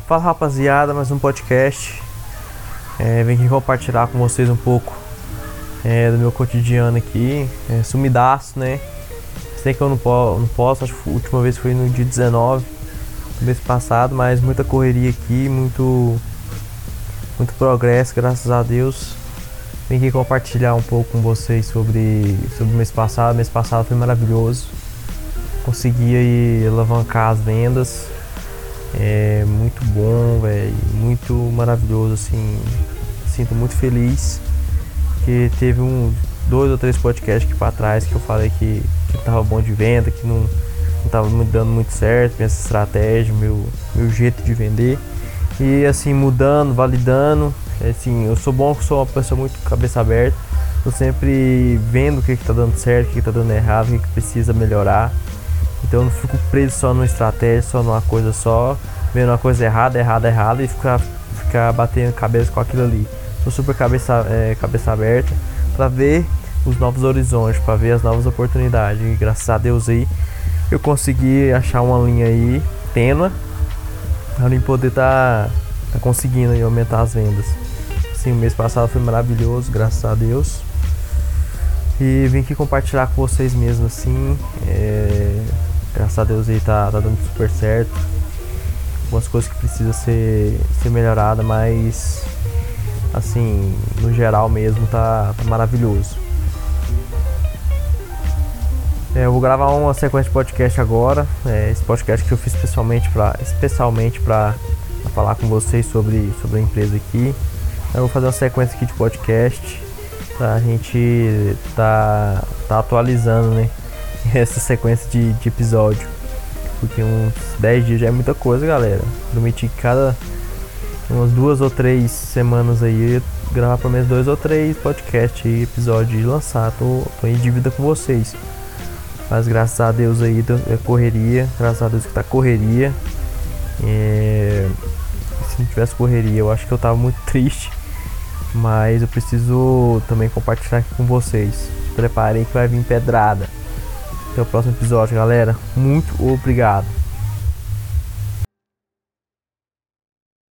Fala rapaziada, mais um podcast. Vim aqui compartilhar com vocês um pouco do meu cotidiano aqui. Sumidaço, né? Sei que eu não posso, acho que a última vez foi no dia 19 do mês passado, mas muita correria aqui, muito progresso, graças a Deus. Vim aqui compartilhar um pouco com vocês sobre o mês passado. O mês passado foi maravilhoso. Consegui aí alavancar as vendas. Muito bom, velho, muito maravilhoso, assim. Sinto muito feliz, porque teve dois ou três podcasts aqui pra trás que eu falei que tava bom de venda, que não tava dando muito certo, minha estratégia, meu jeito de vender. E assim, mudando, validando, assim, eu sou uma pessoa muito cabeça aberta. Tô sempre vendo o que tá dando certo, o que tá dando errado, o que precisa melhorar. Então eu não fico preso só numa estratégia, só numa coisa só, vendo uma coisa errada e ficar batendo cabeça com aquilo ali. Tô super cabeça aberta para ver os novos horizontes, para ver as novas oportunidades. E graças a Deus aí eu consegui achar uma linha aí tênue para poder tá conseguindo aí aumentar as vendas. Sim, o mês passado foi maravilhoso, graças a Deus. E vim aqui compartilhar com vocês mesmo, assim. Graças a Deus aí tá dando super certo. Algumas coisas que precisam ser melhoradas, mas assim, no geral mesmo tá maravilhoso. Eu vou gravar uma sequência de podcast agora. Esse podcast que eu fiz especialmente para falar com vocês sobre a empresa aqui. Eu vou fazer uma sequência aqui de podcast pra gente tá atualizando, né, essa sequência de episódio, porque uns 10 dias já é muita coisa, galera. Prometi que cada umas 2 ou 3 semanas aí eu ia gravar pelo menos 2 ou 3 podcasts e episódios e lançar. Tô em dívida com vocês, mas graças a Deus aí é correria, graças a Deus que tá correria. Se não tivesse correria eu acho que eu tava muito triste, mas eu preciso também compartilhar aqui com vocês. Se preparem que vai vir pedrada. Até o próximo episódio, galera. Muito obrigado.